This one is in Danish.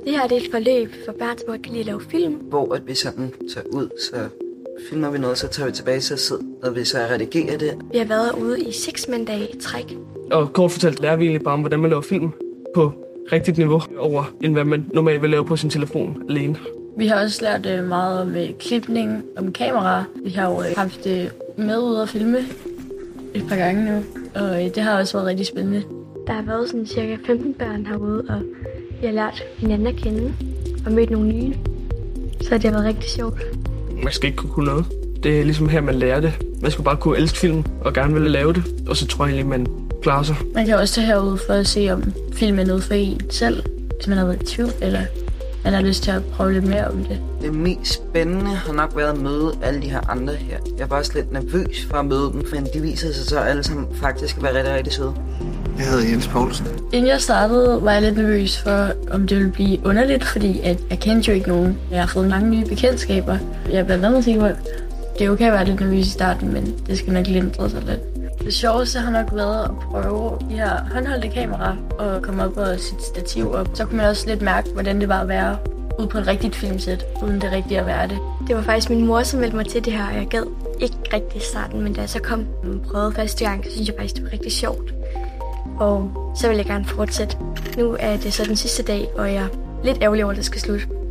Det her det er et forløb for børn, som godt kan lide at lave film. Hvor at vi sådan tager ud, så filmer vi noget, så tager vi tilbage til sidde, og vi så redigerer det. Vi har været ude i 6 mandage i træk. Og kort fortalt lærer vi egentlig bare om, hvordan man laver film på rigtigt niveau over, end hvad man normalt vil lave på sin telefon alene. Vi har også lært meget om klipning, om kamera. Vi har jo haft med ude at filme et par gange nu, og det har også været rigtig spændende. Der har været sådan cirka 15 børn herude, og vi har lært hinanden at kende og mødt nogle nye. Så det har været rigtig sjovt. Man skal ikke kunne noget. Det er ligesom her, man lærer det. Man skal bare kunne elske film og gerne vil lave det, og så tror jeg egentlig, man klarer sig. Man kan også tage herud for at se, om film er noget for en selv, hvis man har været i tvivl, eller man har lyst til at prøve lidt mere om det. Det mest spændende har nok været at møde alle de her andre her. Jeg var også lidt nervøs for at møde dem, men de viser sig så alle sammen faktisk at være rigtig, rigtig søde. Jeg hedder Jens Poulsen. Inden jeg startede, var jeg lidt nervøs for, om det ville blive underligt, fordi jeg kendte jo ikke nogen. Jeg har fået mange nye bekendtskaber. Jeg er blandt andet sikker på, at det er okay at være lidt nervøs i starten, men det skal nok lindre sig lidt. Det sjoveste har nok været at prøve de her håndholdte kameraer og komme op og sit stativ op. Så kunne man også lidt mærke, hvordan det var at være ude på et rigtigt filmsæt, uden det rigtige at være det. Det var faktisk min mor, som meldte mig til det her, og jeg gad ikke rigtig i starten, men da jeg så kom og prøvede første gang, så synes jeg faktisk, det var rigtig sjovt. Og så vil jeg gerne fortsætte. Nu er det så den sidste dag, og jeg er lidt ærgerlig over, at det skal slutte.